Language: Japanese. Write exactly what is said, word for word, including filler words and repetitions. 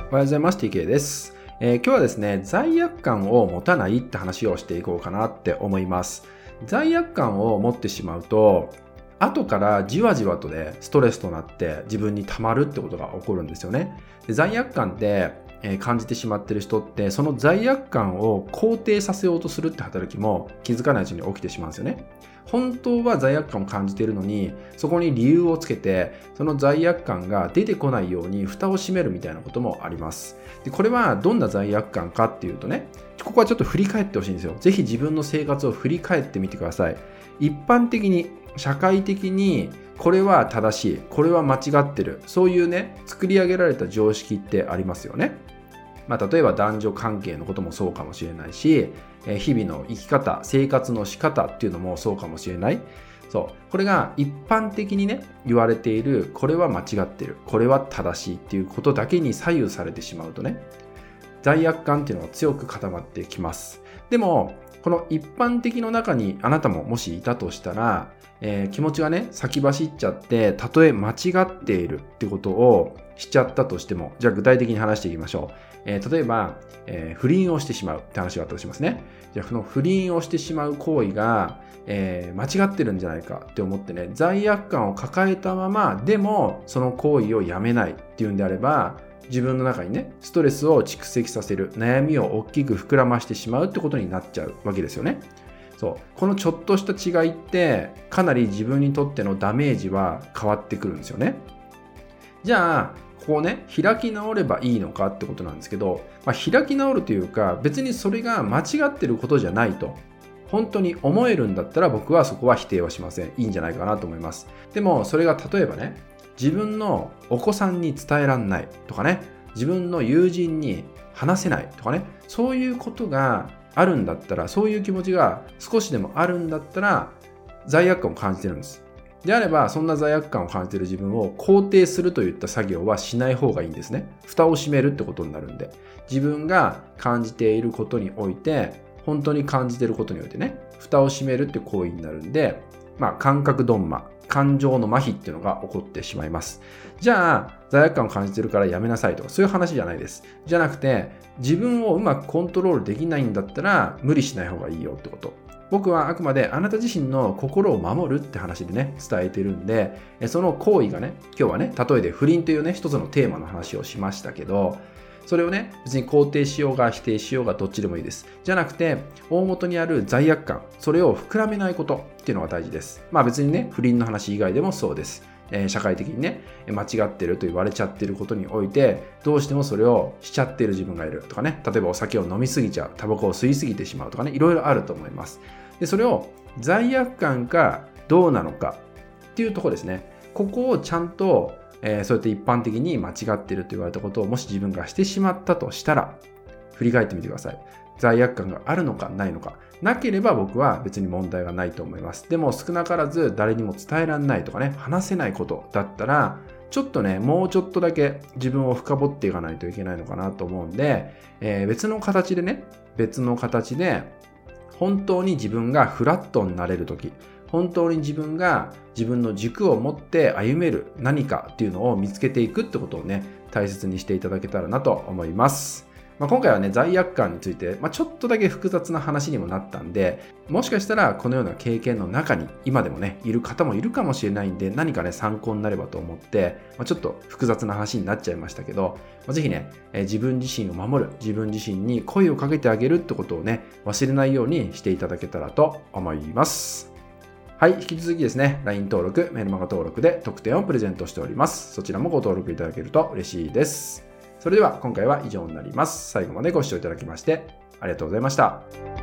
おはようございます。ティーケー です、えー、今日はですね、罪悪感を持たないって話をしていこうかなって思います。罪悪感を持ってしまうと、後からじわじわとね、ストレスとなって自分に溜まるってことが起こるんですよね。で、罪悪感ってえー、感じてしまっている人って、その罪悪感を肯定させようとするって働きも気づかないうちに起きてしまうんですよね。本当は罪悪感を感じているのに、そこに理由をつけて、その罪悪感が出てこないように蓋を閉めるみたいなこともあります。で、これはどんな罪悪感かっていうとね、ここはちょっと振り返ってほしいんですよ。ぜひ自分の生活を振り返ってみてください。一般的に、社会的に、これは正しい、これは間違ってる、そういうね、作り上げられた常識ってありますよね。まあ、例えば男女関係のこともそうかもしれないし、日々の生き方、生活の仕方っていうのもそうかもしれない。そう。これが一般的にね、言われている、これは間違ってる、これは正しいっていうことだけに左右されてしまうとね、罪悪感っていうのが強く固まってきます。でも、この一般的の中にあなたももしいたとしたら、えー、気持ちがね、先走っちゃって、たとえ間違っているってことをしちゃったとしても、じゃあ具体的に話していきましょう。えー、例えば、えー、不倫をしてしまうって話があったとしますね。じゃあその不倫をしてしまう行為が、えー、間違ってるんじゃないかって思ってね、罪悪感を抱えたまま、でもその行為をやめないっていうんであれば、自分の中にね、ストレスを蓄積させる、悩みを大きく膨らましてしまうってことになっちゃうわけですよね。そう。このちょっとした違いって、かなり自分にとってのダメージは変わってくるんですよね。じゃあ、ここをね、開き直ればいいのかってことなんですけど、まあ、開き直るというか、別にそれが間違ってることじゃないと、本当に思えるんだったら僕はそこは否定はしません。いいんじゃないかなと思います。でも、それが例えばね、自分のお子さんに伝えらんないとかね、自分の友人に話せないとかね、そういうことがあるんだったら、そういう気持ちが少しでもあるんだったら、罪悪感を感じてるんです。であれば、そんな罪悪感を感じている自分を肯定するといった作業はしない方がいいんですね。蓋を閉めるってことになるんで。自分が感じていることにおいて、本当に感じていることにおいてね、蓋を閉めるって行為になるんで、まあ、感覚ドンマ、感情の麻痺っていうのが起こってしまいます。じゃあ、罪悪感を感じてるからやめなさいとか、そういう話じゃないです。じゃなくて、自分をうまくコントロールできないんだったら、無理しない方がいいよってこと。僕はあくまであなた自身の心を守るって話でね、伝えてるんで、その行為がね、今日はね、例えで不倫というね、一つのテーマの話をしましたけど、それをね、別に肯定しようが否定しようがどっちでもいいです。じゃなくて、大元にある罪悪感、それを膨らめないことっていうのが大事です。まあ別にね、不倫の話以外でもそうです。えー、社会的にね、間違ってると言われちゃってることにおいて、どうしてもそれをしちゃってる自分がいるとかね、例えばお酒を飲みすぎちゃう、タバコを吸いすぎてしまうとかね、いろいろあると思います。で、それを罪悪感かどうなのかっていうところですね。ここをちゃんとえー、そうやって一般的に間違っていると言われたことをもし自分がしてしまったとしたら、振り返ってみてください。罪悪感があるのかないのか。なければ僕は別に問題がないと思います。でも少なからず誰にも伝えられないとかね、話せないことだったら、ちょっとね、もうちょっとだけ自分を深掘っていかないといけないのかなと思うんで、えー、別の形でね、別の形で本当に自分がフラットになれるとき、本当に自分が自分の軸を持って歩める何かっていうのを見つけていくってことをね、大切にしていただけたらなと思います。まあ、今回はね、罪悪感について、まあ、ちょっとだけ複雑な話にもなったんで、もしかしたらこのような経験の中に今でもね、いる方もいるかもしれないんで、何かね、参考になればと思って、まあ、ちょっと複雑な話になっちゃいましたけど、まあ、ぜひね、えー、自分自身を守る、自分自身に声をかけてあげるってことをね、忘れないようにしていただけたらと思います。はい、引き続きですね、ライン 登録、メルマガ登録で特典をプレゼントしております。そちらもご登録いただけると嬉しいです。それでは今回は以上になります。最後までご視聴いただきましてありがとうございました。